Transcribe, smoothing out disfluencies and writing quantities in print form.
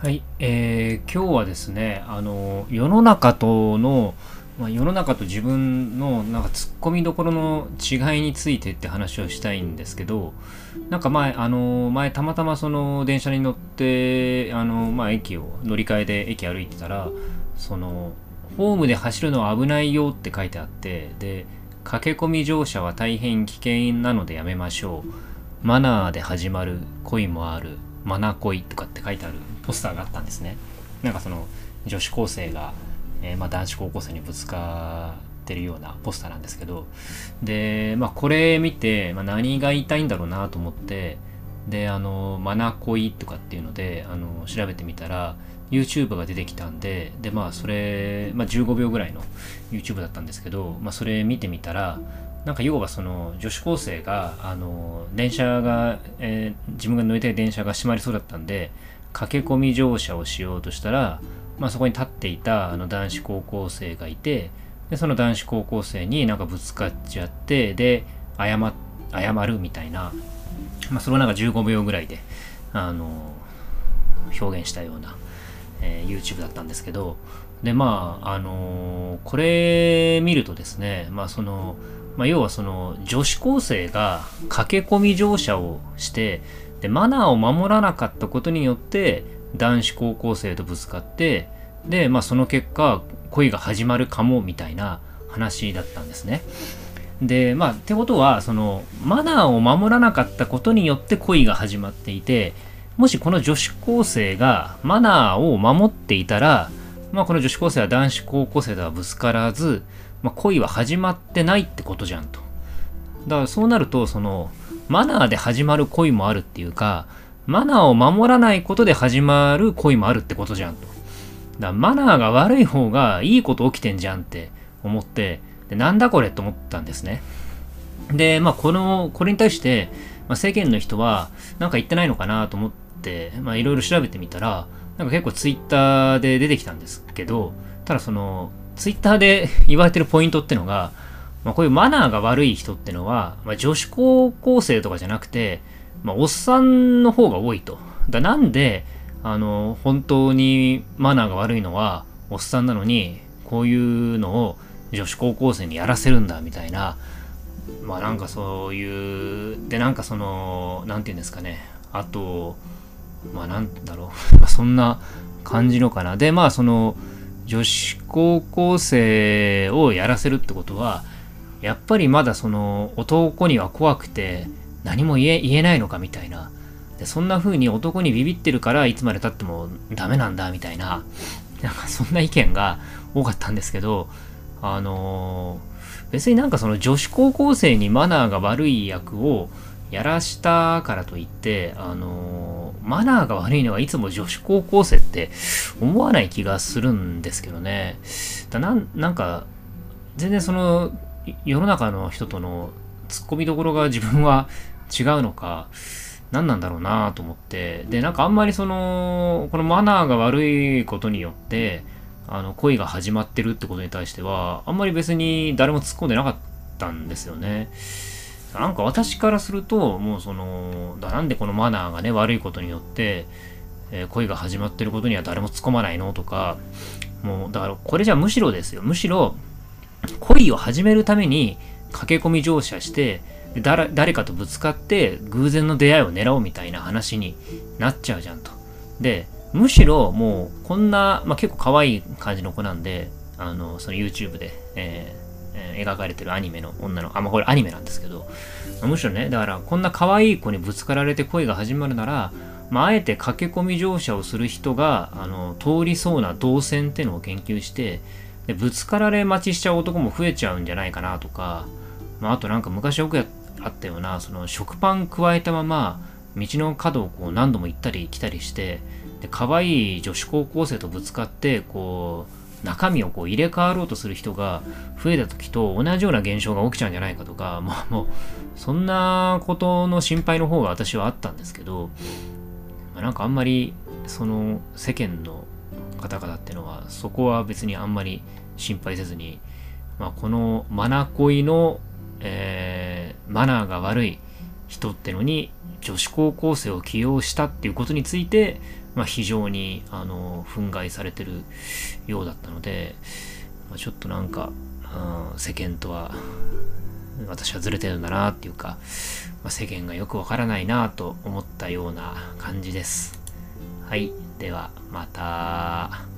はい、今日はですね、世の中との、世の中と自分のなんか突っ込みどころの違いについてって話をしたいんですけど、なんか前たまたまその電車に乗って、駅を乗り換えで駅歩いてたら、そのホームで走るのは危ないよって書いてあって、で、駆け込み乗車は大変危険なのでやめましょう。マナーで始まる恋もある。マナ恋とかって書いてあるポスターがあったんですね。なんかその女子高生が、男子高校生にぶつかってるようなポスターなんですけど、で、これ見て、何が言いたいんだろうなと思って、で、マナ恋とかっていうので、調べてみたら、YouTube が出てきたんで、で、それ、15秒ぐらいの YouTube だったんですけど、それ見てみたら、なんか要はその女子高生が電車が、自分が乗りたい電車が閉まりそうだったんで駆け込み乗車をしようとしたら、そこに立っていた男子高校生がいて、でその男子高校生になんかぶつかっちゃって、で謝るみたいな、それをなんか15秒ぐらいで表現したような、YouTube だったんですけど、でこれ見るとですね、要はその女子高生が駆け込み乗車をして、でマナーを守らなかったことによって男子高校生とぶつかって、でその結果恋が始まるかもみたいな話だったんですね。でってことはそのマナーを守らなかったことによって恋が始まっていて、もしこの女子高生がマナーを守っていたら、この女子高生は男子高校生とはぶつからず、恋は始まってないってことじゃんと。だからそうなると、そのマナーで始まる恋もあるっていうか、マナーを守らないことで始まる恋もあるってことじゃんと。だからマナーが悪い方がいいこと起きてんじゃんって思って、でなんだこれと思ったんですね。で、これに対して、世間の人はなんか言ってないのかなと思って、いろいろ調べてみたら、なんか結構ツイッターで出てきたんですけど、ただそのツイッターで言われてるポイントってのが、こういうマナーが悪い人ってのは、女子高校生とかじゃなくて、おっさんの方が多いと。なんで、本当にマナーが悪いのはおっさんなのに、こういうのを女子高校生にやらせるんだみたいな、なんかそういう、でなんかその、なんていうんですかね。あと、なんだろう。そんな感じのかな。で、その、女子高校生をやらせるってことは、やっぱりまだその男には怖くて何も言えないのかみたいな。でそんな風に男にビビってるからいつまで経ってもダメなんだみたいな、なんかそんな意見が多かったんですけど、別になんかその女子高校生にマナーが悪い役をやらしたからといって、マナーが悪いのはいつも女子高校生って思わない気がするんですけどね。なんか全然その世の中の人との突っ込みどころが自分は違うのか、何なんだろうなと思って、でなんかあんまりそのこのマナーが悪いことによって恋が始まってるってことに対してはあんまり別に誰も突っ込んでなかったんですよね。なんか私からすると、もうそのなんでこのマナーがね悪いことによって、恋が始まってることには誰も突っ込まないのとか、もうだからこれじゃむしろですよ、むしろ恋を始めるために駆け込み乗車して誰かとぶつかって偶然の出会いを狙おうみたいな話になっちゃうじゃんと。でむしろもうこんな、結構可愛い感じの子なんで、その YouTube で、描かれてるアニメの女の、これアニメなんですけど、むしろね、だからこんな可愛い子にぶつかられて恋が始まるなら、あえて駆け込み乗車をする人が通りそうな動線ってのを研究して、でぶつかられ待ちしちゃう男も増えちゃうんじゃないかなとか、あとなんか昔よくあったような、その食パン加えたまま道の角をこう何度も行ったり来たりして、で可愛い女子高校生とぶつかってこう中身をこう入れ替わろうとする人が増えた時と同じような現象が起きちゃうんじゃないかとか、もうそんなことの心配の方が私はあったんですけど、なんかあんまりその世間の方々っていうのはそこは別にあんまり心配せずに、このマナ恋の、マナーが悪い人ってのに女子高校生を起用したっていうことについて、非常に憤慨されてるようだったので、ちょっとなんか、世間とは私はずれてるんだなっていうか、世間がよくわからないなと思ったような感じです。はい、ではまた。